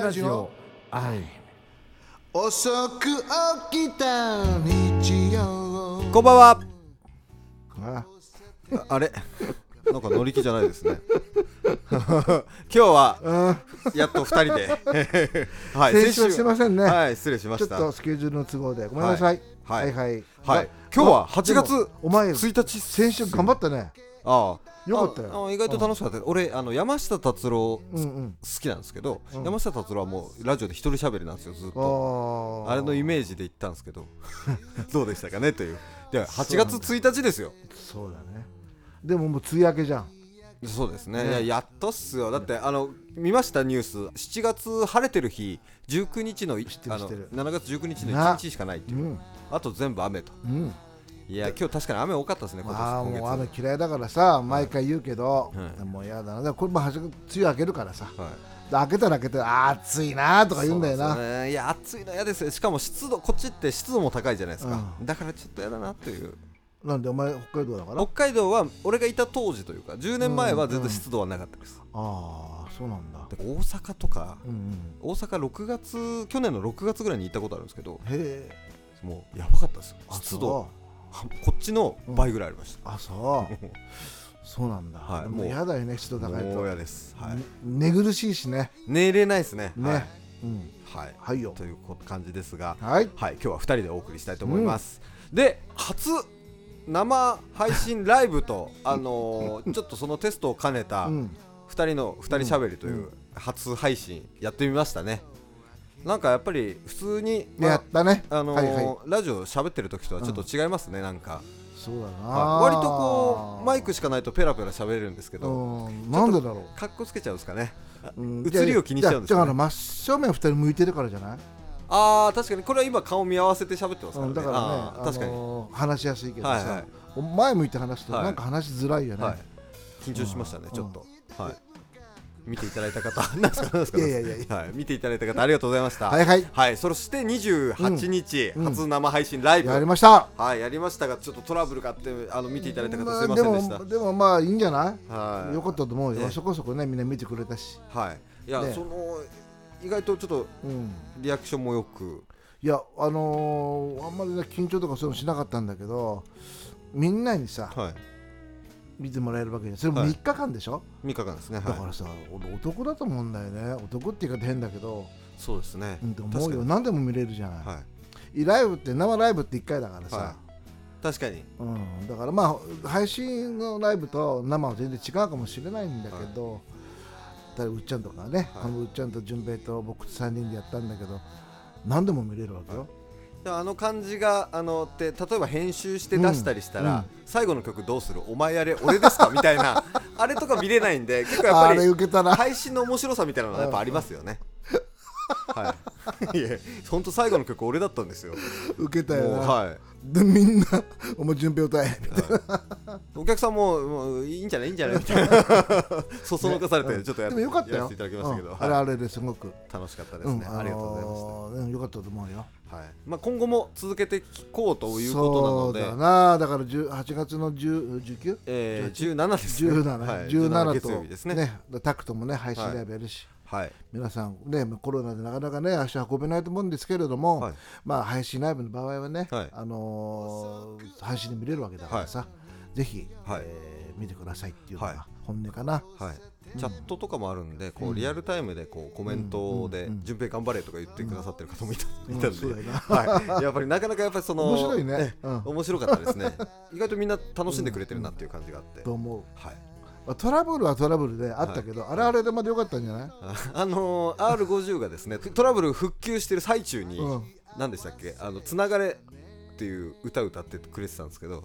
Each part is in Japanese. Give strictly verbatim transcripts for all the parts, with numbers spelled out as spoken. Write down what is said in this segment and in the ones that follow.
ラジオ愛。 遅く起きた日曜。 こんばんは。 あああれなんか乗り気じゃないですね今日はやっとふたりではい、先週はすいませんね。 はい失礼しました。 ちょっとスケジュールの都合でごめんなさい。 はいはいはいはい、今日ははちがつお前ついたち。 先週頑張ったね。 ああよかったよ。 ああ意外と楽しかった。俺あの山下達郎うんうん、 好きなんですけど、 うん、 山下達郎はもうラジオで一人喋りなんですよずっと。 あ, あれのイメージで言ったんですけどどうでしたかねという。でははちがつついたちですよ。 そうだね。でももう梅雨明けじゃん。 そうですね、 ね、 いややっとっすよ。だってあの見ましたニュース。しちがつ晴れてる日じゅうくにちの、あのしちがつじゅうくにちのいちにちしかないっていう、うん、あと全部雨と、うん、いや今日確かに雨多かったですね今年。 ああもう雨嫌いだからさ毎回言うけど、はい、もうやだな。だからこれも梅雨明けるからさ、はい、開けたら開けたら暑いなとか言うんだよな。 ね、いや暑いの嫌ですよ。しかも湿度、こっちって湿度も高いじゃないですか、うん、だからちょっと嫌だなっていう。 なんでお前北海道だから。 北海道は俺がいた当時というかじゅうねんまえは全然湿度はなかったです、 うんうん、ああそうなんだ。 で大阪とか、うんうん、大阪ろくがつ去年のろくがつぐらいに行ったことあるんですけど、へえもうやばかったですよ湿度。こっちの倍ぐらいありました、うん、あそうそうなんだ、はい、もう嫌だよね湿度高いと。 もう嫌です、はい、 寝苦しいしね。 寝れないですね。ね、はい、うん、はい、 はいよという感じですが、はい、はい、今日はふたりでお送りしたいと思います、うん、で初生配信ライブと、あのー、ちょっとそのテストを兼ねたふたりのふたりしゃべりという初配信やってみましたね。なんかやっぱり普通に、 まあ、やったね、 あのーはいはい、 ラジオ喋ってる時とはちょっと違いますね、うん、なんかそうだな、 割とこうマイクしかないとペラペラ喋れるんですけど、 うん、なんでだろう。 かっこつけちゃうんですかね、うん、 映りを気にしちゃうんですかね。 だから真正面ふたり向いてるからじゃない。 あー確かにこれは今顔見合わせて喋ってますからね、うん、 だからね、 あ確かに、 あのー、話しやすいけどさ、はいはい、前向いて話すとなんか話しづらいよね、はいはい、 緊張しましたね、うん、ちょっと、はい、見ていただいた方なんですかなんですか、いやいやいや、はい、見ていただいた方ありがとうございました。はいはい、はい、そしてにじゅうはちにち、うん、初生配信ライブ、 やりました。 はい、やりましたがちょっとトラブルがあってあの見ていただいた方すいませんでした。 でも、でもまあいいんじゃない、 はい、 よかったと思うよ、ね、そこそこねみんな見てくれたし、 はい、いや、ね、その意外とちょっとリアクションもよく、うん、 いやあのー、あんまり、ね、緊張とかそういうのしなかったんだけどみんなにさ、はい、見てもらえるわけでそれもみっかかんでしょ、はい、 みっかかんですね、はい、 だからさ俺男だと思うんだよね。男って言い方変だけどそうですね、 うん、思うよ。何でも見れるじゃない、はい、ライブって生ライブっていっかいだからさ、はい、 確かに、 うん、だからまあ配信のライブと生は全然違うかもしれないんだけど、はい、うっちゃんとかね、はい、このうっちゃんと順平と僕さんにんでやったんだけど何でも見れるわけよ、はい。 あの感じがあのって例えば編集して出したりしたら、うんうん、最後の曲どうするお前あれ俺ですかみたいなあれとか見れないんで結構やっぱり受けたな配信の面白さみたいなのがやっぱありますよねはい、いや本当最後の曲俺だったんですよ。 受けたよな、 はい、 でみんなお前順平歌えみたいな、 はい、お客さん も, もういいんじゃないいいんじゃないみたいなそそのかされて、ね、ちょっと や, でもよかったよやらせていただきましたけど、 うん、あれあれですごく楽しかったですね、うん、ありがとうございました、 うん、よかったと思うよ。 はい、まあ、今後も続けていこうということなので、 そうだな。だからはちがつのじゅう、じゅうきゅう、 えー、じゅうななですね。 じゅうなな、はい、じゅうななと月曜日ですね。 ね、タクトもね配信ライブやるし、 はい、 皆さんねコロナでなかなかね足運べないと思うんですけれども、はい、まあ配信ライブの場合はね、はい、あのー、配信で見れるわけだからさ、はい、ぜひ、はい、えー、見てくださいっていうのが本音かな。はい、 チャットとかもあるんで、こうリアルタイムでこうコメントで順平頑張れとか言ってくださってる方もいたんで、はい、やっぱりなかなかやっぱりその面白いね、 面白かったですね。意外とみんな楽しんでくれてるなっていう感じがあって。 と思う。 はい。 トラブルはトラブルであったけど、あれあれでまだ良かったんじゃない？ あの アールごじゅう がですねトラブル復旧してる最中に何でしたっけ、あのつながれっていう歌歌ってくれてたんですけど。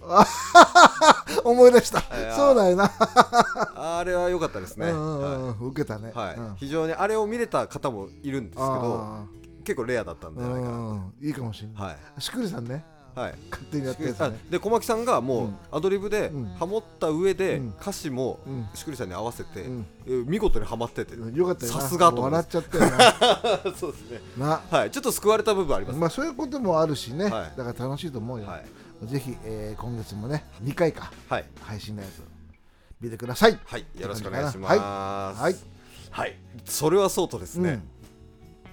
思い出した。そうだよな。 あれは良かったですね。 受けたね。 非常にあれを見れた方もいるんですけど、結構レアだったんじゃないかな。 いいかもしれない。しくりさんね。はい、勝手にやってるやつね。 で小牧さんがもうアドリブでハモった上で歌詞もしくりさんに合わせて見事にハマってて、 よかったよな。 さすがと笑っちゃったよな。 そうですね。はい、ちょっと救われた部分あります。 まあそういうこともあるしね。だから楽しいと思うよ。ぜひ今月もねにかいか配信のやつ見てください。 はい、よろしくお願いします。はいはい、それはそうとですね、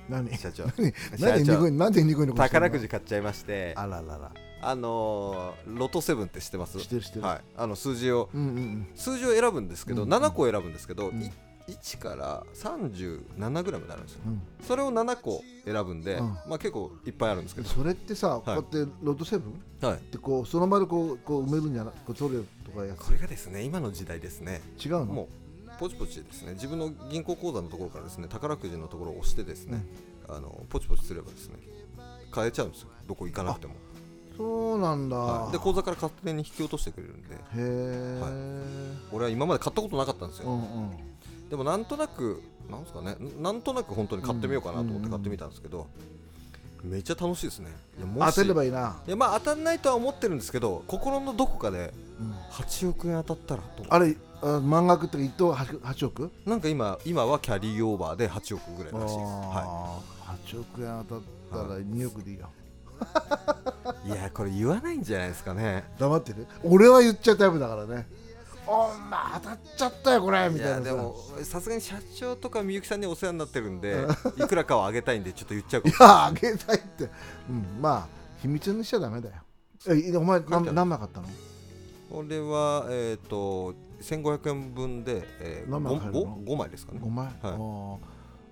何社長何でニコニコニコ宝くじ買っちゃいまして、 あららら、 あのー、ロトセブンって知ってます？ 知ってる知ってる、 はい、あの数字を、うんうんうん、数字を選ぶんですけど、うんうん、ななこ選ぶんですけど、うん、いちからさんじゅうななグラムになるんですよ、うん、それをななこ選ぶんで、うん、まあ、結構いっぱいあるんですけど、 それってさ、はい、こうやってロトセブン、はい、ってこうその場でこう、こう埋めるんじゃなくて取れるとかやつ、 これがですね今の時代ですね、 違うの？ もうポチポチですね、自分の銀行口座のところからですね宝くじのところを押してですね、うん、あのポチポチすればですね買えちゃうんですよ、どこ行かなくても。 そうなんだ、 はい、で口座から勝手に引き落としてくれるんで、 へー、 はい、俺は今まで買ったことなかったんですよ、うんうん、でもなんとなくなんですかね、なんとなく本当に買ってみようかなと思って買ってみたんですけど、うんうん、めっちゃ楽しいですね。 いやもし当てればいいな。 いやまあ当たんないとは思ってるんですけど、心のどこかではちおくえん当たったらと、 あれ満額っていっ等はちおく、 なんか 今, 今はキャリーオーバーではちおくぐらいらしいです、 はい、はちおくえん当たったらにおくでいいよ、 はい、いやこれ言わないんじゃないですかね。 黙ってる。俺は言っちゃうタイプだからね。お前当たっちゃったよこれみたいな。 いやでもさすがに社長とかみゆきさんにお世話になってるんでいくらかをあげたいんでちょっと言っちゃうかも。 いやあげたいって、うん、まあ秘密にしちゃダメだよ。えお前何, 何枚買ったの？ 俺はえっ、ー、とせんごひゃくえんぶんで、えー、何枚買えるの？ ご, ごまいですかね。 ごまい、はい、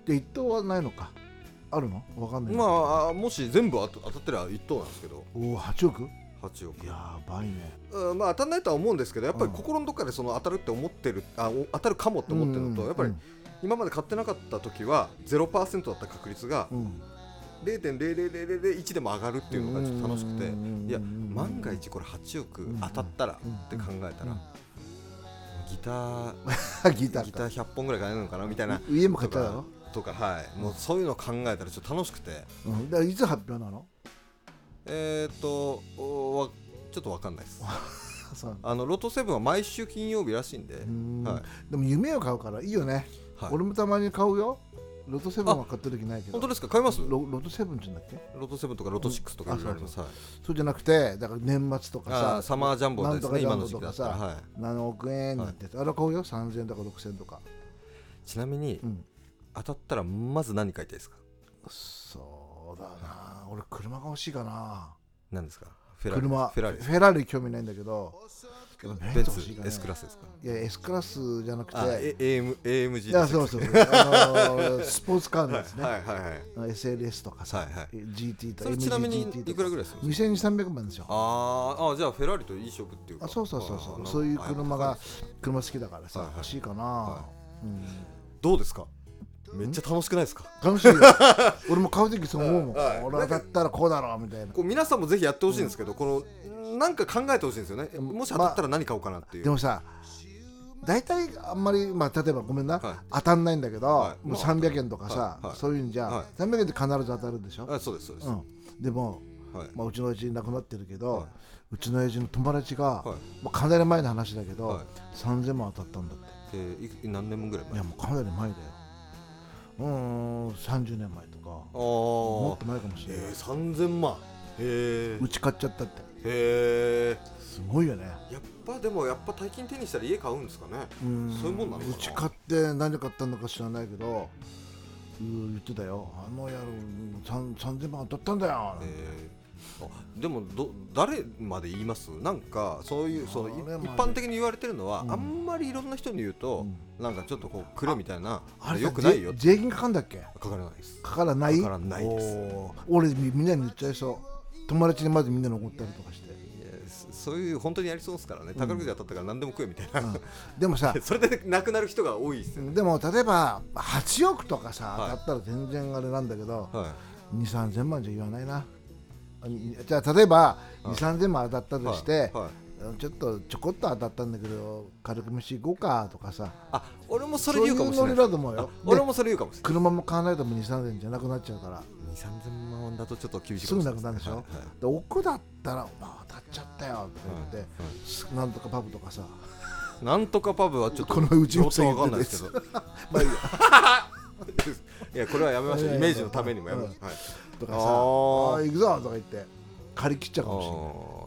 でいっ等はないのか、あるの？わかんない。 まあもし全部当たってりゃいっ等なんですけど。 おおはちおく？ はちおく。 やばいね。 うん、まあ当たらないとは思うんですけど、やっぱり心のどっかでその当たるって思ってる、あ当たるかもって思ってるのと、うんうん、やっぱり今まで買ってなかった時は ゼロパーセント だった確率が、うん、ゼロてんゼロゼロゼロゼロいち でも上がるっていうのがちょっと楽しくて、いや万が一これはちおく当たったらって考えたら、ギターギターギターひゃっぽんぐらい買えるのかなみたいな、 家も買っただろとか、はい、もうそういうのを考えたらちょっと楽しくて、 うん、だからいつ発表なの？ えっとちょっと分かんないですあのロトセブンは毎週金曜日らしいんで、 ん、はい、でも夢を買うからいいよね、はい、俺もたまに買うよ。ロトセブンは買った時ないけど。 本当ですか？買います？ ロ, ロトセブンって言うんだっけ？ ロトセブンとかロトシックスとかいろいろあります。 そうそうじゃなくて、だから年末とかさ、 サマージャンボですね、今の時期だったら、 はい、ななおくえんなんて、はい、あれ買うよ。さんぜんえんとかろくせんえんとか。 ちなみに、うん、当たったらまず何買いたいですか？ そうだな、俺車が欲しいかな。 何ですか？フェラーリ。 車フェラーリ。 フェラーリ興味ないんだけど、 ベンツ S クラスですか？ いや S クラスじゃなくてエーエム エーエムジーいやそうそう、あのー、スポーツカーのやつね、 はいはいはい、 エスエルエス とかさ、はいはい、ジーティー とか エムジージーティー とか。 ちなみにいくらぐらいですか？ にせんにせんさんびゃくまんですよ。 ああ、じゃあフェラーリといい勝負っていうか。 あ、そうそうそうそう、そういう車が車好きだからさ、はいはい、欲しいかな、はい、うん、 どうですか？めっちゃ楽しくないですか？ 楽しいよ俺も買うときそう思うもん、はい、俺だったらこうだろうみたいな。 こう皆さんもぜひやってほしいんですけど、うん、このなんか考えてほしいんですよね。もし当たったら何買おうかなっていう、まあ、 でもさ大体あんまり、まあ、例えばごめんな、はい、当たんないんだけど、はい、もうさんびゃくえんとかさ、はいはい、そういうんじゃ、はい、さんびゃくえんって必ず当たるでしょ。 あ、そうですそうです、うん、 でも、はい、まあ、うちの親父亡くなってるけど、はい、うちの親父の友達が、はい、まあ、かなり前の話だけど、はい、さんぜんまん当たったんだって。 えー、何年ぐらい前？ いやもうかなり前だよ。うーん、さんじゅうねんまえとか、もっと前かもしれない。 えー、さんぜんまん、へー、うち買っちゃったって。 へー、 すごいよね。 やっぱでもやっぱ大金手にしたら家買うんですかね。うん、そういうもんなのかな。 うち買って何で買ったのか知らないけど、言ってたよ。あの野郎さんぜんまん当たったんだよ。 へー、あ、でもど誰まで言います？なんかそういう、そう一般的に言われてるのは、うん、あんまりいろんな人に言うと、うん、なんかちょっとこうくれみたいな、あれよくないよ。 税金かかるんだっけ？ かからないです。 かからない？ かからないです。 俺みんなに言っちゃいそう。友達にまずみんなに怒ったりとかして。 いや、そういう本当にやりそうですからね。宝くじ当たったから何でも食えみたいな、うん、 でもさそれで亡くなる人が多いですよ、ね、 でも例えばはちおくとかさ、はい、当たったら全然あれなんだけど、はい、にせんさんぜんまんじゃ言わないな。じゃあ例えばにせんさんぜんまん当たったとして、はいはい、ちょっとちょこっと当たったんだけど軽く飯行こうかとかさ。 あ、俺もそれ言うかもしれない。 そういうノリだと思うよ。 俺もそれ言うかもしれない。 車も買わないともにせんさんぜんじゃなくなっちゃうから。 にせんさんぜんまんだとちょっと厳しいかもしれない。すぐなくなるでしょ、はいはい、で奥だったら、まあ、当たっちゃったよとか言って、はいはい、なんとかパブとかさ、 なんとかパブはちょっとこのうちも分かんないですけどまあいいやいやこれはやめましょう。イメージのためにもやめましょう、はい、 とかさ、ああ行くぞとか言って借り切っちゃうかもしれない。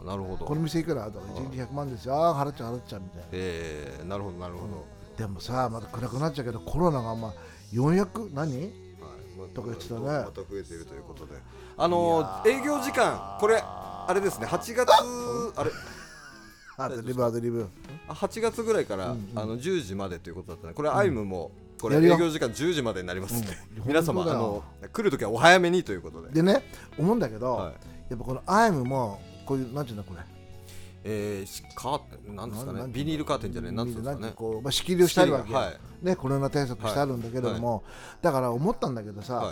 なるほど。 この店いくらとかいちにちひゃくまんですよ。ああ払っちゃう払っちゃうみたいな。 えー、なるほどなるほど、うん、 でもさまた暗くなっちゃうけどコロナがまあよんひゃく何とか言ってたね。 また増えているということで、あのー、営業時間これあれですね、はちがつあれアドリブアドリブはちがつぐらいから、うんうん、あのじゅうじまでということだったね。これ、うん、アイムもこれ営業時間じゅうじまでになりますので、うん、皆様あの来るときはお早めにということで。 でね、思うんだけど、はい、やっぱこのアイムもこういうなんていうんだこれ、 えー、カーテンなんですかね、ビニールカーテンじゃない、なんですかね、 こう、まあ、仕切りをしてあるわけ、はい、ね、コロナ対策してあるんだけれども、はいはい、だから思ったんだけどさ、はい、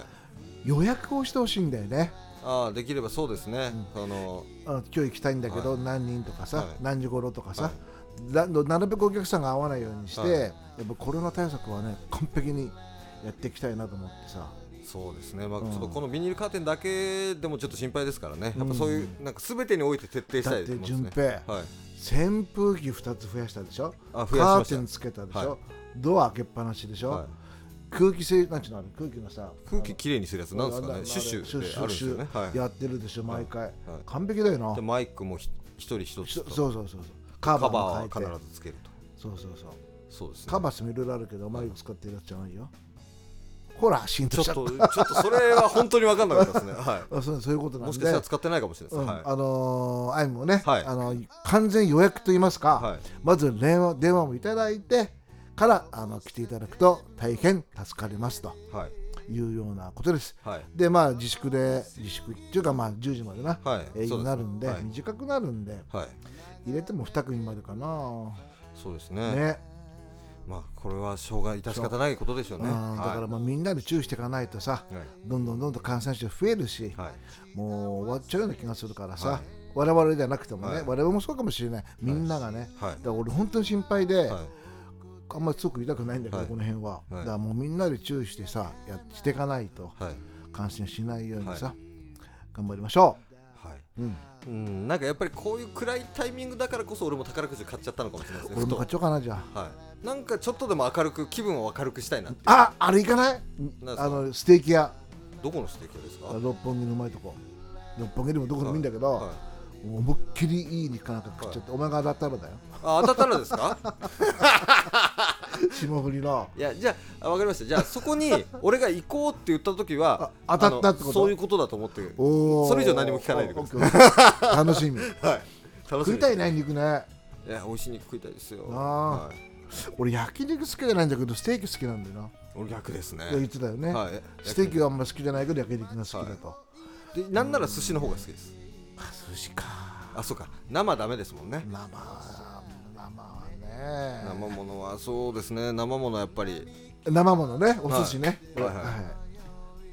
予約をしてほしいんだよね。 ああ、できればそうですね、うん、あのあ今日行きたいんだけど、はい、何人とかさ、はい、何時頃とかさ、はい、なるべくお客さんが合わないようにして、はい、やっぱコロナ対策はね完璧にやっていきたいなと思ってさ。 そうですね、まあうん、ちょっとこのビニールカーテンだけでもちょっと心配ですからね、やっぱそういうなんか全てにおいて徹底したいですね。だって順平、はい、扇風機ふたつ増やしたでしょ、あ増やしました、カーテンつけたでしょ、はい、ドア開けっぱなしでしょ、はい、空気清なんちゅうのある空気のさ空気きれいにするやつなんですかね、シュッシュってあるんですよね、 はい、やってるでしょ毎回、はいはい、完璧だよな。 でマイクも一人一つと、 そうそうそうそう、 カバーは必ずつけると。 そうそうそう、 そうですね、 カバースもいろいろあるけどマイク使ってるやつじゃないよ。ほら浸透しちゃった。 ちょっとちょっとそれは本当に分かんなかったですね。はい。 そうそういうことなんで。 もしかしたら使ってないかもしれないです。 うん、 はい、 あのー、アイムもね、はい、あの完全予約と言いますか、はい、まず電話電話もいただいてからあの来ていただくと大変助かりますと、はい、いうようなことです。はい、でまあ自粛で自粛っていうかまあじゅうじまでな、はい、営業になるんで、はい、短くなるんで、はい、入れてもに組までかな。 そうですね。ね。まあこれはしょうが致し方ないことでしょうね。 うん、だからまあみんなで注意していかないとさ、はい、どんどんどんどん感染者増えるし、はい、もう終わっちゃうような気がするからさ、はい、我々じゃなくてもね、はい、我々もそうかもしれない、みんながね、はい、だから俺本当に心配で、はい、あんまり強く言いたくないんだけど、はい、この辺は、はい、だからもうみんなで注意してさやっていかないと、はい、感染しないようにさ、はい、頑張りましょう。はい、うんうん、なんかやっぱりこういう暗いタイミングだからこそ俺も宝くじ買っちゃったのかもしれないですね。 俺も買っちゃおうかなじゃあ、はい、 なんかちょっとでも明るく気分を明るくしたいなって。 あ、あれ行かない？あのステーキ屋。 どこのステーキ屋ですか？ 六本木のうまいとこ。六本木でもどこでもいいんだけど、はいはい、思いっきりいい肉かなんか食っちゃって、はい、お前が当たったらだよ。 あ、当たったらですか？ 霜降りの。 いや、じゃあ分かりました。じゃあそこに俺が行こうって言った時は当たったってこと？ そういうことだと思って、それ以上何も聞かないでください。楽しみ。はい。楽しみ。食いたいね肉ね。 いや、美味しい肉食いたいですよ。あ、 はい、俺焼肉好きじゃないんだけどステーキ好きなんだよな。 俺逆ですね。 言ってたよね。はい、ステーキはあんまり好きじゃないけど焼肉が好きだと。はい、 でなんなら寿司の方が好きです。 あ、寿司か。 あ、そうか。生ダメですもんね。 生生はね。 生ものはそうですね。生ものはやっぱり生ものね、お寿司ね。 はいはいはいはい、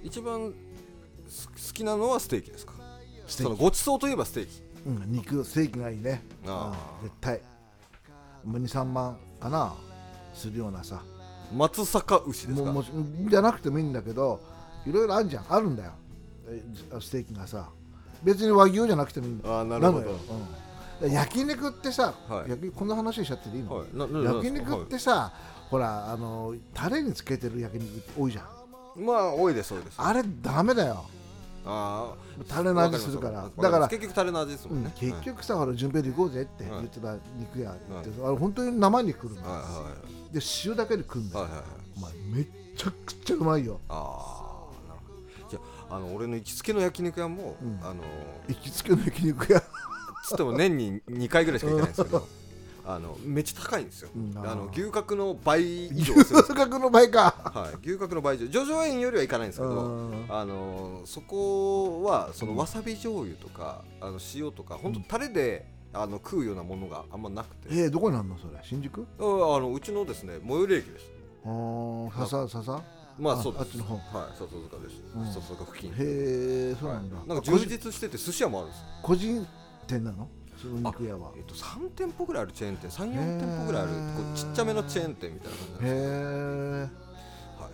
一番好きなのはステーキですか？そのごちそうといえばステーキ。 うん、肉ステーキがいいね。あ、うん、絶対に、さんまんかなするようなさ。 松阪牛ですか？ もうじゃなくてもいいんだけど、いろいろあるじゃん、あるんだよステーキがさ。別に和牛じゃなくてもいいんだよ。 あ、なるほど。 うん、焼肉ってさ、はい、焼こんな話しちゃっていいの？はい、焼肉ってさ、はい、ほらあのタレにつけてる焼肉って多いじゃん。 まあ多いです、多いです。 あれダメだよ。あ、タレの味するから。だから結局タレの味ですもんね。 うん、結局さ、ほら順平で行こうぜって言ってた肉屋行って、あれ本当に生肉来るんだよ。で塩だけで食うんだよ。お前めちゃくちゃうまいよ。 ああ、なるほど。じゃあ、あの俺の行きつけの焼肉屋も、うん、あの行きつけの焼肉屋つっても年ににかいぐらいしか行けないんですけど、あのめっちゃ高いんですよ。うん、あの牛角の倍以上する。 牛角の倍か。 はい、牛角の倍以上。叙々苑よりはいかないんですけど、あのそこはそのわさび醤油とか、あの塩とか本当タレであの食うようなものがあんまなくて。 えー、どこにあるのそれ？新宿？ あのうちのですね最寄り駅です。 ああ、笹笹？ まあそうです。 あっちの方。 はい、笹塚です。うん、笹塚付近。へえ、そうなんだ。 なんか充実してて寿司屋もあるんです。 個人店なの？肉屋は。 えっとさん店舗ぐらいあるチェーン店、さん、よん店舗ぐらいあるこうちっちゃめのチェーン店みたいな感じなんです。へえ。 はい。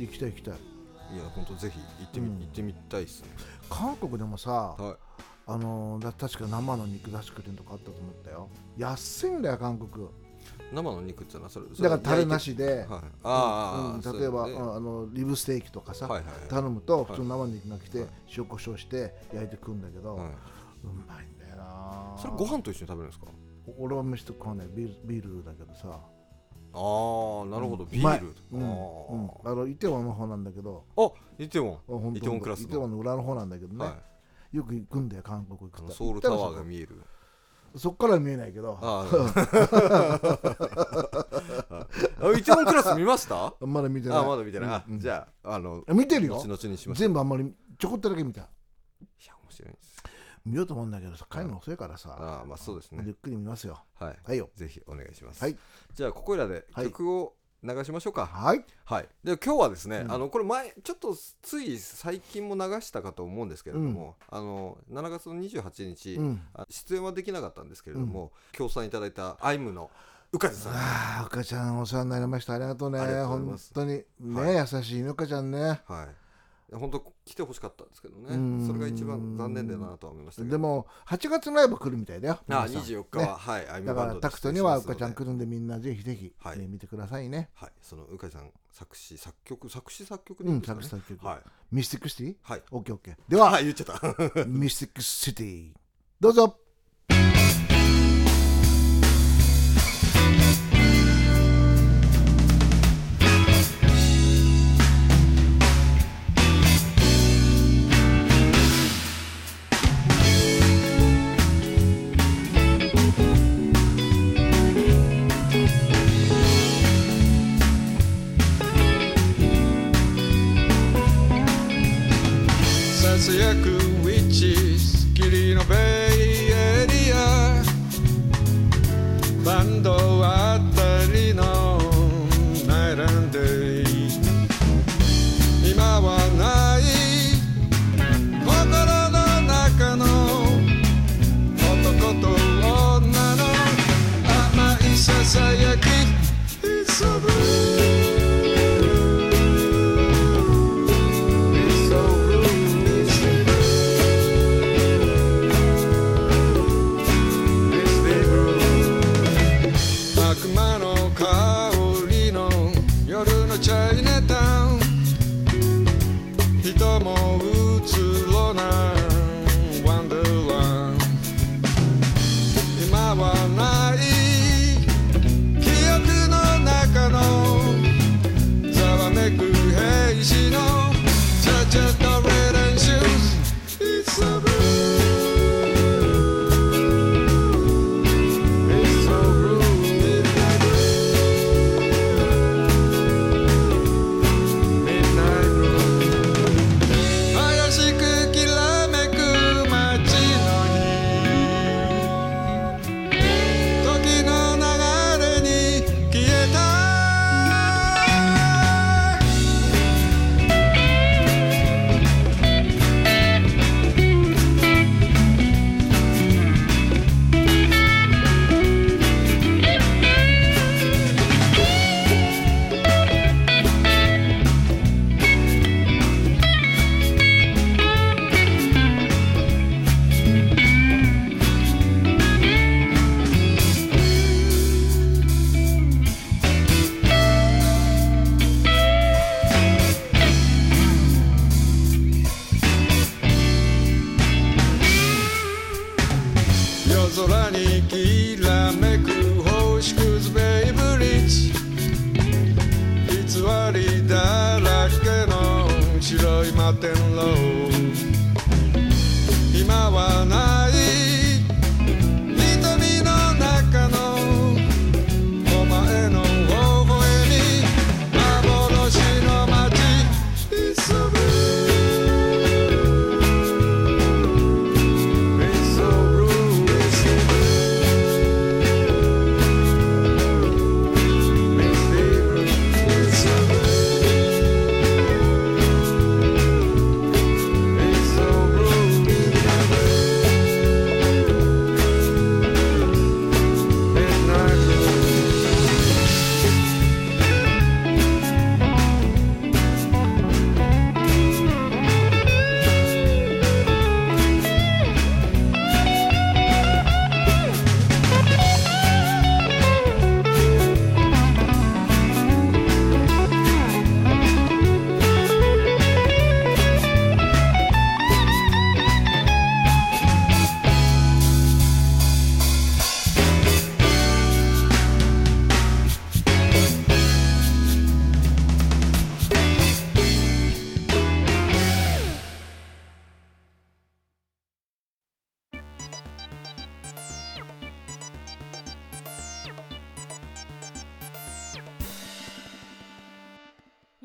行きたい行きたい。 いや本当ぜひ行ってみ、うん、行ってみたいですね。 韓国でもさ、はい、あのー、だ確か生の肉出してくれるとかあったと思ったよ。安いんだよ韓国。 生の肉ってのはそれ、それだからタレなしで、はい、 ああ、 うん、例えば、ね、あのリブステーキとかさ、はいはいはい、頼むと普通の生肉が来て、はい、塩コショウして焼いて食うんだけど、はい、うまいんだよな。 それご飯と一緒に食べるんですか？ 俺は飯と食わない、ビール、ビールだけどさ。 ああなるほど、ビール、 うん、あのイテウォンの方なんだけど、 あイテウォンイテウォンクラスのイテウォンの裏の方なんだけどね、はい、よく行くんだよ韓国行くと。 ソウルタワーが見える。 そっからは見えないけど。ああイテウォンクラス見ました？ まだ見てない。 あまだ見てない。うんうん、じゃああの見てるよ。 後々にしましょう。 全部あんまりちょこっとだけ見た。いや面白いです。 見ようと思うんだけどさ、帰るの遅いからさ。 ああまあそうですね。 ゆっくり見ますよ。 はい。 はいよ。 ぜひお願いします。 はい。 じゃあここらで曲を流しましょうか。 はいはい。で今日はですね、うん、あのこれ前ちょっとつい最近も流したかと思うんですけれども、うん、あのしちがつのにじゅうはちにち、うん、出演はできなかったんですけれども、うん、協賛いただいたアイムのうかちさん。 ああうかちゃんお世話になりました。ありがとうね。本当にね、はい、優しいうかちゃんね。 はい。本当来てほしかったんですけどね、それが一番残念だなとは思いましたけど。 でもはちがつのライブ来るみたいだよ。 ああにじゅうよっかは、ね、はい、 だからタクトにはうかちゃん来るんで、みんなぜひぜひ、はい、ね、見てくださいね。 はい、そのうかちゃん作詞作曲作詞作曲でいいですかね。 うん、作詞作曲、 はい、 ミスティックシティ、 はい、 オッケーオッケー。では、 はい、言っちゃったミスティックシティどうぞ。 ささやくウィッチス霧のベイエリアバンドあたりのナイランデイ今はない心の中の男と女の甘いささやき It's so blueチャイナタウン人も映ろないワンダーランド今はない記憶の中のざわめく兵士のチャチャとレッドエンシューズ It's so blue空にきらめく星屑ベイブリッジ偽りだらけの白い摩天楼今はない瞳の中のお前の微笑み幻の街 It's so blue It's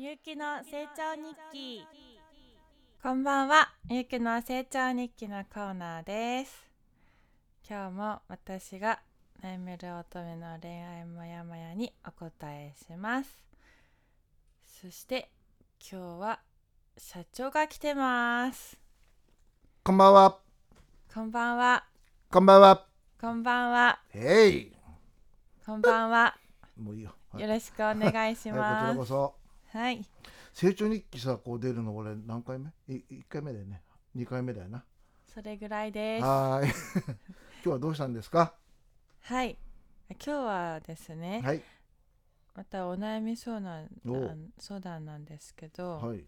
ゆうきの成長日記。こんばんは、みゆきの成長日記のコーナーです。今日も私が悩める乙女の恋愛もやもやにお答えします。そして今日は社長が来てます。 こんばんは。 こんばんは。 こんばんは。 こんばんは。 へい。 こんばんは。 もういいよ。 よろしくお願いします。 はい、こちらこそ。 はい。 成長日記さ、こう出るの俺何回目？いいっかいめだよね。にかいめだよな。 それぐらいです。 はい。今日はどうしたんですか？ はい。今日はですね。 はい。 またお悩み相談相談なんですけど。 はい。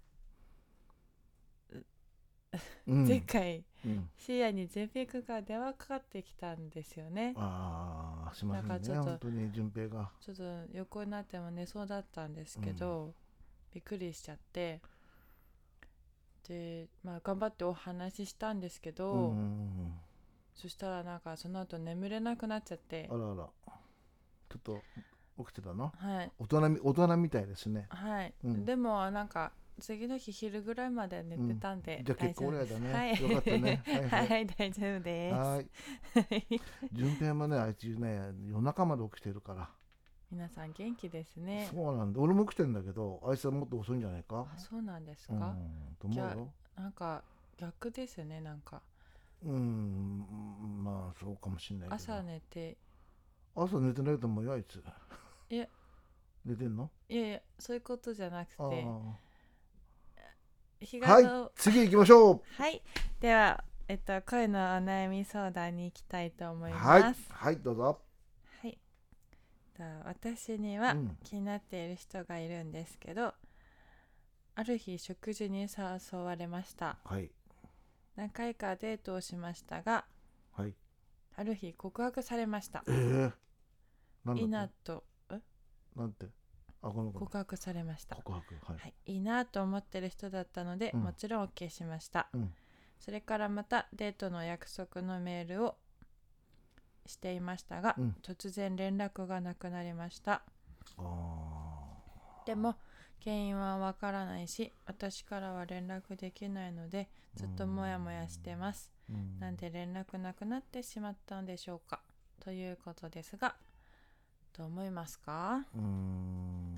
うん、前回、うん、深夜に純平君が電話かかってきたんですよね。 ああ、すみませんね。ちょっと本当に純平がちょっと横になっても寝そうだったんですけど、うん、びっくりしちゃって、で、まあ頑張ってお話ししたんですけど、うんうんうん、そしたらなんかその後眠れなくなっちゃって。 あらあら、ちょっと起きてたの？ はい。 大人み大人みたいですね。 はい。うん、でもなんか。次の日昼ぐらいまで寝てたんで、 うん、じゃあ結構ぐらいだね。 はい、 よかったね。 はい、はいはい、大丈夫です。 はい。順平もね、あいつね、夜中まで起きてるから。 皆さん元気ですね。 そうなんだ。俺も起きてるんだけど、あいつはもっと遅いんじゃないか。 あ、そうなんですか。うん、 と思うよ。 なんか逆ですね、なんか。 うん、まあそうかもしれないけど。 朝寝て。 朝寝てないと思うよ、あいつ。 いや。 寝てんの？ いやいや、そういうことじゃなくて。 はい、次行きましょう。 はい、では、えっと、恋のお悩み相談に行きたいと思います。 はい、はい、どうぞ。 はい、私には気になっている人がいるんですけど、うん、ある日食事に誘われました。 はい、 何回かデートをしましたが、 はい、 ある日告白されました。 えー、なんだって？ いいなと、え？ なんて？あ、この子告白されました。 告白、はいはい、いいなと思ってる人だったので、うん、もちろん OK しました、 うん、 それからまたデートの約束のメールをしていましたが、うん、突然連絡がなくなりました。あでも原因はわからないし、私からは連絡できないのでずっとモヤモヤしてます、うん、なんで連絡なくなってしまったんでしょうか、ということですが、どう思いますか？ うーん、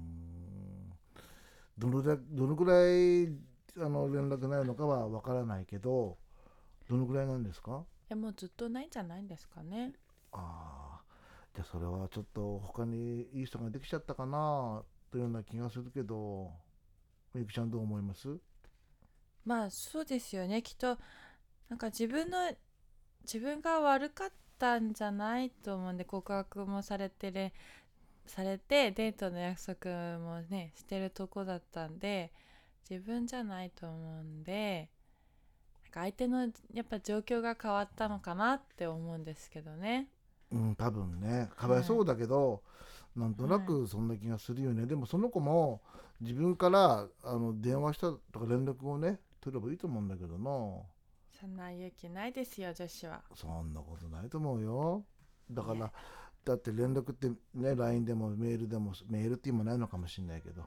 どのぐらい、どのぐらいあの連絡ないのかはわからないけど、どのぐらいなんですか？ え、もうずっとないんじゃないんですかね。 ああ、じゃあそれはちょっと他にいい人ができちゃったかなというような気がするけど、みゆきちゃんどう思います？ まあそうですよね。きっとなんか自分の自分が悪かったんじゃないと思うんで、告白もされてるされてデートの約束もねしてるとこだったんで、自分じゃないと思うんで、なんか相手のやっぱ状況が変わったのかなって思うんですけどね。 うん、多分ね、かわいそうだけど、はい、なんとなくそんな気がするよね、はい、でもその子も自分からあの電話したとか連絡をね取ればいいと思うんだけどな。 そんな勇気ないですよ、女子は。 そんなことないと思うよ。だから、だって連絡ってね、 ライン でもメールでも、メールって今ないのかもしれないけど、はい、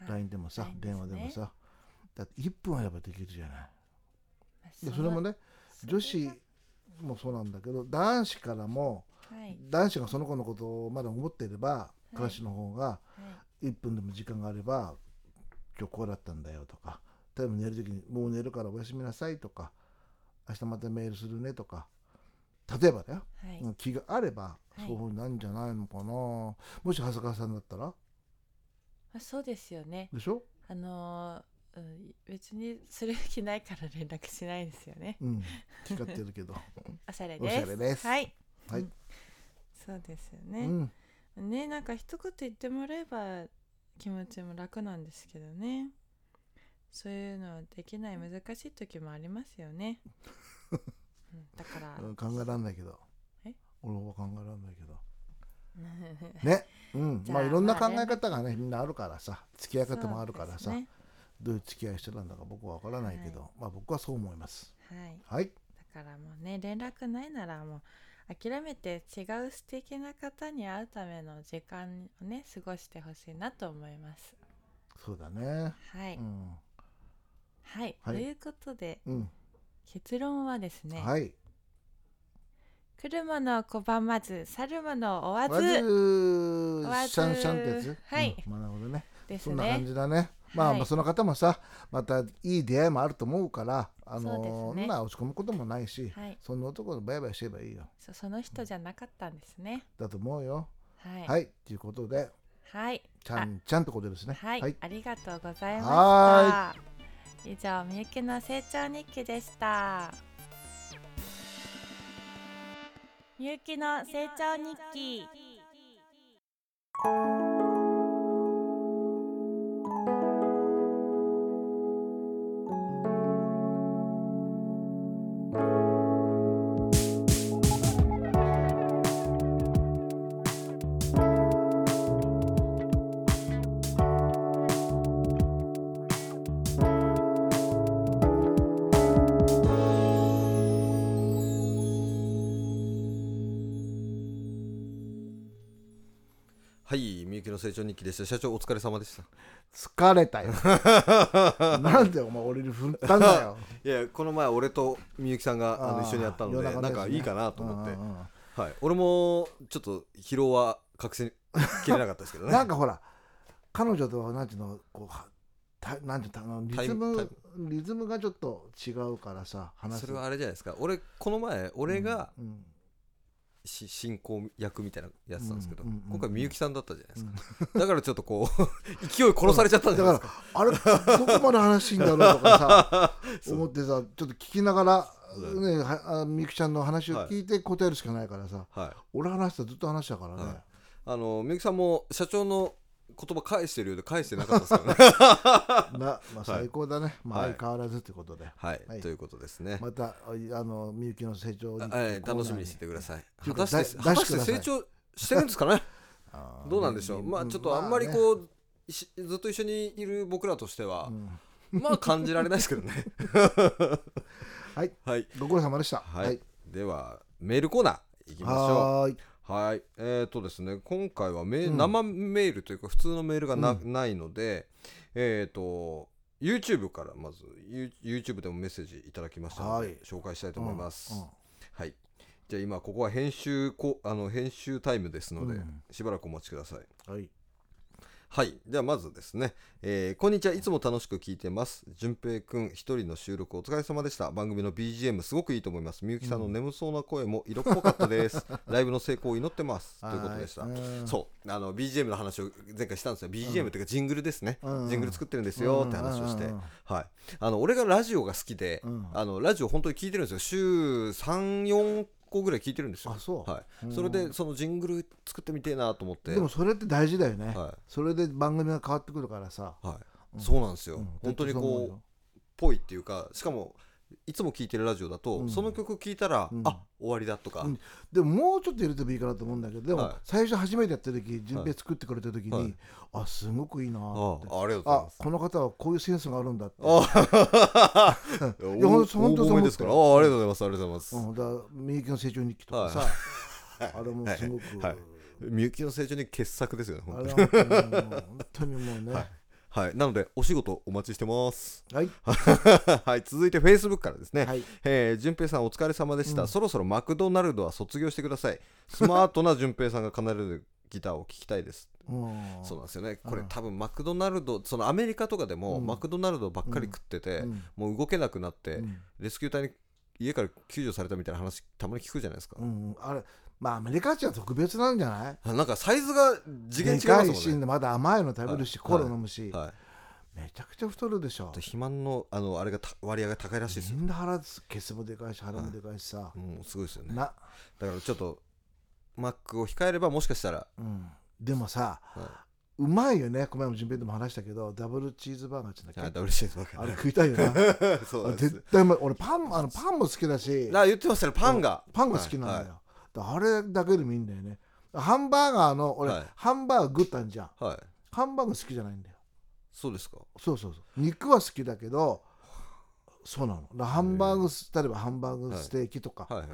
ライン でもさ、ね、電話でもさ、だっていっぷんあればできるじゃない。でそれもね、女子もそうなんだけど、男子からも、はい、男子がその子のことをまだ思っていれば、彼氏の方がいっぷんでも時間があれば、今日こうだったんだよとか、例えば寝るときにもう寝るからおやすみなさいとか、明日またメールするねとか、例えばだよ、はい、気があればそういうふうになるんじゃないのかな、はい、もし長谷川さんだったら。 あ、そうですよね。 でしょ。 あのーうん、別にする気ないから連絡しないですよね。 うん、気がってるけどおしゃれです。 おしゃれです。 はい、 はい、 うん、そうですよね、うん、ね、なんか一言言ってもらえば気持ちも楽なんですけどね。そういうのできない難しい時もありますよね、うん、だから、 うん、考えられないけど、 え俺は考えられないけどね、うん、まあいろんな考え方がねみんなあるからさ、付き合い方もあるからさ、ね、どういう付き合いしてたんだか僕は分からないけど、はい、まあ僕はそう思います。 はい、 はい、 だからもうね、連絡ないならもう諦めて違う素敵な方に会うための時間をね過ごしてほしいなと思います。 そうだね。 はい、 うんはい、はい、ということで、 うん、 結論はですね、 はい、 来るもの拒まず去るもの追わず、 追わずシャンシャンってやつ、 はい、 うん、まあ、なるほどね。 ですね。 そんな感じだね。まあ、はい、まあその方もさまたいい出会いもあると思うからあのーね、まあ、落ち込むこともないし、はい、そんな男でバイバイすればいいよ。 そ, その人じゃなかったんですね、 だと思うよ。 はい、 はい、ということで、 はい、 ちゃんちゃんとことですね。 はい、はい、ありがとうございました。 はい、 以上みゆきの成長日記でした。みゆきの成長日記。 はい、みゆきの成長日記でした。社長お疲れ様でした。 疲れたよなんでお前俺に振ったんだよいやこの前俺とみゆきさんがあの一緒にやったので、ね、なんかいいかなと思って、はい、俺もちょっと疲労は隠せきれなかったですけどねなんかほら彼女とはなんていうのこうたなんていうのリズムリズムがちょっと違うからさ話す。 それはあれじゃないですか。俺この前俺が、うんうんし進行役みたいなやつなんですけど、うんうんうん、今回みゆきさんだったじゃないですか、うん、だからちょっとこう勢い殺されちゃったんじゃないですか。 だからあれどこまで話していいんだろうとかさ思ってさちょっと聞きながら、ね、はみゆきちゃんの話を聞いて答えるしかないからさ、はい、俺話したらずっと話したからね、はい、 あのみゆきさんも社長の言葉返してるようで返してなかったですからねな、まあ、最高だね、はい、まあ、相変わらずということで、 はいはい、ということですね。 またあのみゆきの成長に、 はい、楽しみにしててください。果たして果たして成長してるんですかねどうなんでしょう。まあちょっとあんまりこう、まあね、ずっと一緒にいる僕らとしては、うん、まあ感じられないですけどねはい、はい、ご苦労様でした。 はい、はい、ではメールコーナーいきましょう。はいはい、えーとですね、今回はメ、うん、生メールというか普通のメールが な,、うん、ないので、えーと YouTube からまず YouTube でもメッセージいただきましたので、はい、紹介したいと思います、うんうん、はい。じゃあ今ここは編集こあの編集タイムですので、うん、しばらくお待ちください。はいはい、ではまずですね、えー、こんにちは。いつも楽しく聞いてます。順平くん一人の収録お疲れ様でした。番組の ビージーエム すごくいいと思います。みゆきさんの眠そうな声も色っぽかったです、うん、ライブの成功を祈ってますということでした。そうあの ビージーエム の話を前回したんですよ。 ビージーエム というかジングルですね、うん、ジングル作ってるんですよって話をして、はい、あの俺がラジオが好きで、うん、あのラジオ本当に聞いてるんですよ。週さん、よんこぐらい聞いてるんですよ。 あ、そう、 はい、それでそのジングル作ってみてえなと思って。 でもそれって大事だよね、はい、それで番組が変わってくるからさ、 はい、うん、そうなんですよ、うん、本当にこうぽいっていうか、しかもいつも聴いてるラジオだと、うん、その曲聴いたら、うん、あ終わりだとか、うん、 でももうちょっと入れてもいいかなと思うんだけど、でも、はい、最初初めてやった時順平作ってくれた時に、はい、あすごくいいなって、 あありがとうございます。 あこの方はこういうセンスがあるんだってあいや本当そう思ですから。ああありがとうございますありがとうございます、うん、 だからみゆきの成長日記とかさ、はい、あれもすごく、はいはい、 みゆきの成長日記傑作ですよね本当に。 あれは本当にもうね、 はいはい、なのでお仕事お待ちしてます。 はい、 はい、続いて Facebook からですね、はい、えー、順平さんお疲れ様でした、うん、そろそろマクドナルドは卒業してください。スマートな順平さんが奏でるギターを聴きたいですそうなんですよね。これ多分マクドナルド、そのアメリカとかでもマクドナルドばっかり食ってて、うん、もう動けなくなって、うん、レスキュー隊に家から救助されたみたいな話たまに聞くじゃないですか、 うん、あれまあアメリカ人は特別なんじゃない？ なんかサイズが次元違いますもんね。でかいしまだ甘いの食べるし、はい、コーラ飲むし、はいはい、めちゃくちゃ太るでしょ。 肥満のあのあれが割合が高いらしいですよ。 みんな腹ケツもでかいし腹もでかいしさ、はい、 もうすごいですよね。なだからちょっとマックを控えればもしかしたら、 うん、でもさ、はい、うまいよね。この前も順平でも話したけどダブルチーズバーガーって言うんだっけ。 ダブルチーズバーガー、 あれ食いたいよなそうです。絶対うまい。俺パンあのパンも好きだし。 あ言ってましたねパンがパンが好きなんだよ、はいはい、あれだけでもいいんだよね。ハンバーガーの俺、はい、ハンバーガーグッタンじゃん、はい、ハンバーガー好きじゃないんだよ。 そうですか。 そうそうそう肉は好きだけどそうなの。ハンバーグ例えばハンバーグステーキとか、はいはい、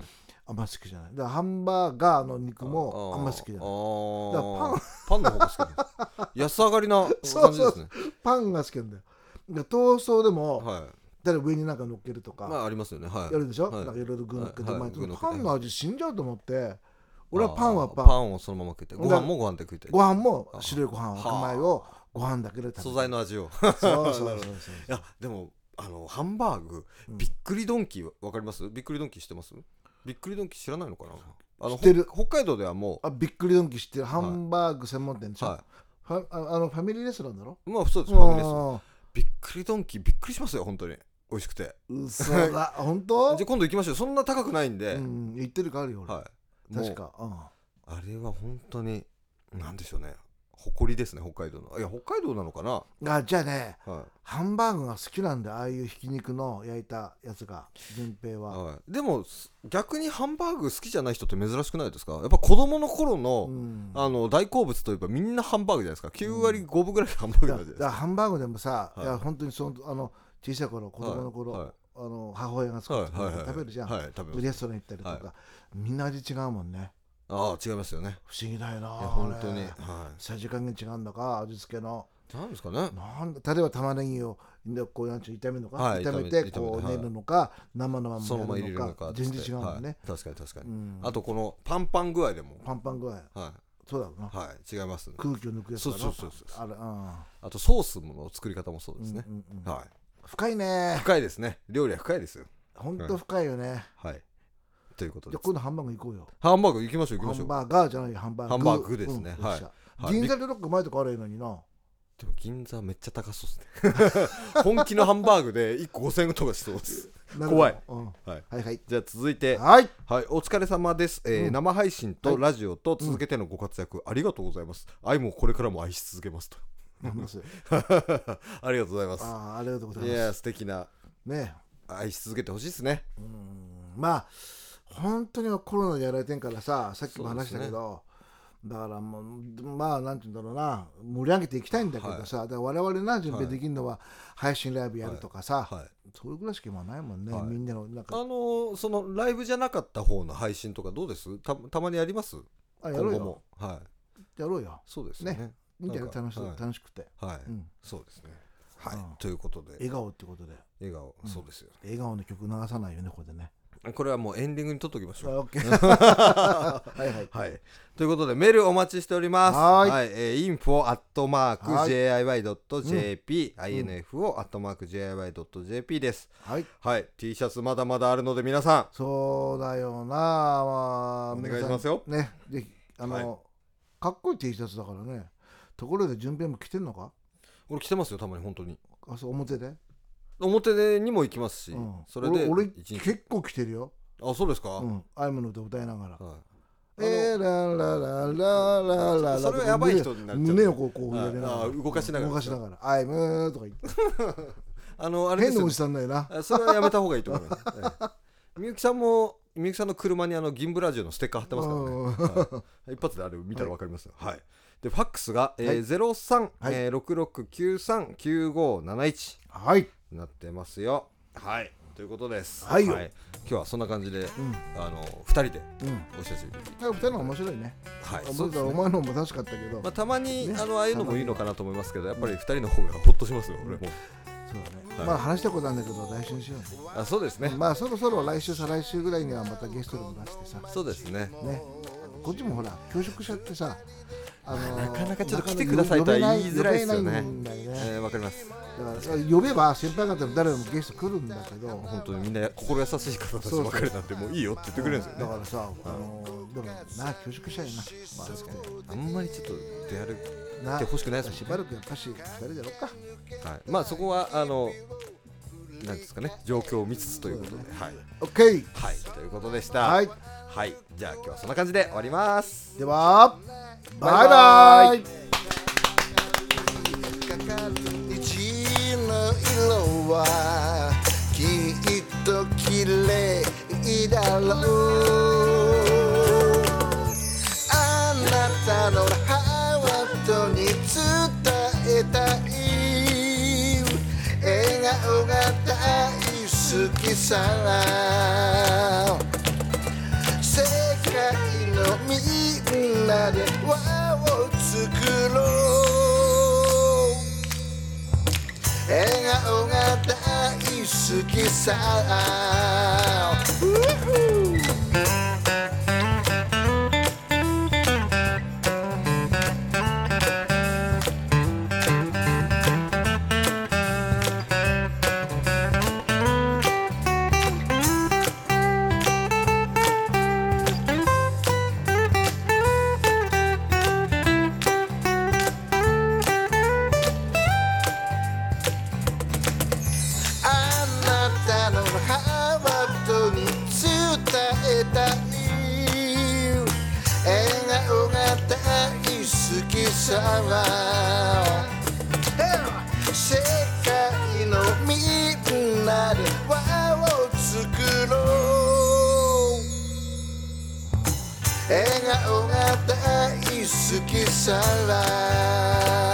あんま好きじゃない。だからハンバーガーの肉もあんま好きじゃない。だからパンパンの方が好きです。安上がりな感じですね。そうそうパンが好きなんだよ。でトーストでも、はい、だ上になんか乗っけるとか、 まあありますよね。はい。 やるでしょ。はい、なんかいろいろ具乗っけて、はいはい、パンの味死んじゃうと思って。俺はパンはパン。 パンをそのまま食いたい。ご飯もご飯で食いたい。 ご飯も白いご飯白米をご飯だけで食べる。 素材の味を。 そうそうそうそう。 いやでもあのハンバーグ、びっくりドンキーわかります？びっくりドンキー知ってます？びっくりドンキー知らないのかな？あの知ってる。北海道ではもうあびっくりドンキー知ってる。ハンバーグ専門店でしょ。はい。ファあのファミリーレストランだろ？ まあそうです。ファミリーレストラン。びっくりドンキーびっくりしますよ本当に。美味しくて。 嘘だ。本当？ じゃあ今度行きましょう。そんな高くないんで。 うん。行ってるかあるよ俺。はい。確か。うん。 あれは本当になんでしょうね。誇りですね北海道の。いや北海道なのかな。 あじゃあね、はい、ハンバーグが好きなんだ。ああいうひき肉の焼いたやつが順平は、 はい、でも逆にハンバーグ好きじゃない人って珍しくないですか？やっぱ子供の頃の、うん、あの大好物といえばみんなハンバーグじゃないですか。きゅうわりごぶぐらいハンバーグなんじゃないですか。 だからハンバーグでもさ、はい、いや本当にそのあの小さい頃子供の頃、はいはい、あの母親が作って食べるじゃん、はいはいはい、レストラン行ったりとか、はい、みんな味違うもんね。 ああ違いますよね。 不思議だよな。いや本当に、はい、 さじ加減違うんだか味付けのなんですかね。 なん例えば玉ねぎをこうなんちゅう炒めるのか、はい、炒めてこう練るのか、はい、生のままそのまま入れるのか全然違うもんね、 はい、確かに確かに、うん、あとこのパンパン具合でもパンパン具合、はい、そうだろうな、 はい違いますね。 空気を抜くやつだな。 そうそうそうそう。あれ、 うん、 あとソースの作り方もそうですね、うんうんうん、はい、 深いね。 深いですね。料理は深いですよ。 本当深いよね。 はい、ということで。 じゃあ今度ハンバーグ行こうよ。 ハンバーグ行きましょう行きましょう。 ハンバーガーじゃないハンバーグ。 ハンバーグですね、うん、はい、 はい、銀座でどっか前とかあるのにな。 でも銀座めっちゃ高そうですね本気のハンバーグでいっこごせんえんとかしそうです。怖い、うん、はい、はいはい。じゃあ続いて、はい、はい、お疲れ様です、えーうん、生配信とラジオと続けてのご活躍、うん、ありがとうございます。愛もこれからも愛し続けますとありがとうございます。 あありがとうございます。 いや素敵なね愛し続けてほしいですね。 うんまあ本当にコロナでやられてんからさ、さっきも話したけど、だからもうまあなんていうんだろうな、盛り上げていきたいんだけどさ、はい、だから我々な準備できるのは配信ライブやるとかさ、はいはい、それぐらいしか今ないもんね、はい、みんなのなんかあのー、そのライブじゃなかった方の配信とかどうです？ た, たまにやります？ あやろうよ、 はい、 やろうよ。 そうですね。 ねいいんじゃない楽し、はい、楽しくて、 はい、うん、そうですね。はい、うん、ということで笑顔ってことで笑顔、うん、そうですよ。 笑顔の曲流さないよねこれでね。 これはもうエンディングに取っときましょう。 はいはい、 はい、ということでメールお待ちしております。はい、はい、えー、インフォ アットマーク ジェイアイワイドットジェーピー、インフォ アットマーク ジェイアイワイドットジェーピー です。はい、はい、T シャツまだまだあるので皆さんそうだよな、まあ、 お願いしますよ。 ね、ぜひあの、はい、かっこいい T シャツだからね。ところで順平も着てんのか？ 俺着てますよたまに本当に。あそう表で表でにも行きますし、うん、それで俺, 俺結構着てるよ。 あそうですか。 うん、アイムの歌歌いながら、はい、えーララララララそれはやばい人になっちゃう。 胸をこうこうやりながら動かしながら動かしながらアイムとか言ってあのあれですよ、 変なおじさんだよな。 それはやめた方がいいと思います、ええ、みゆきさんもみゆきさんの車にあの銀ブラジオのステッカー貼ってますからね、はい、一発であれ見たら分かりますよ。はい、はい、でファックスが、えーはい、ゼロさん、はいえー、ろくろくきゅうさんきゅうごなないちはいなってますよ。はいということです。 はい、はい、 今日はそんな感じで、うん、あのふたりでおしゃべり、 うん、ふたりの面白いね。はい、そうですね。お前のも楽しかったけど、 まあ、たまに、ね、あのああいうのもいいのかなと思いますけど、やっぱりふたりの方がホッとしますよ、うん、俺も。そうだね、はい、まあ話したことなんだけど来週にしようね。 あそうですね。 まあそろそろ来週再来週ぐらいにはまたゲストでも出してさ。 そうですね。 ねこっちもほら恐縮しちゃってさ、 あのー、なかなかちょっと来てくださいとは言いづらいですよね。わ、えー、かります。 だから呼べば先輩方も誰でもゲスト来るんだけど、 本当にみんな心優しい方たちばかりなんでもういいよって言ってくれるんですよね。 だからさ、あのー、でもな恐縮しちゃいな、まあ、 確かにあんまりちょっと出歩いてほしくないですもんね。 しばらくやっぱしふたりでやろうか。 はい、まあそこはあのなんですかね、状況を見つつということで、はい、 オッケー、 はい、ということでした。 はい、 はい、じゃあ今日はそんな感じで終わります。 ではバイバイ。虹の色はきっと綺麗だろう。あなたのハートに伝えたい笑顔が大好きさ。 なで輪を作ろう笑顔が大好きさ世界のみんなで輪を作ろう笑顔が大好きさ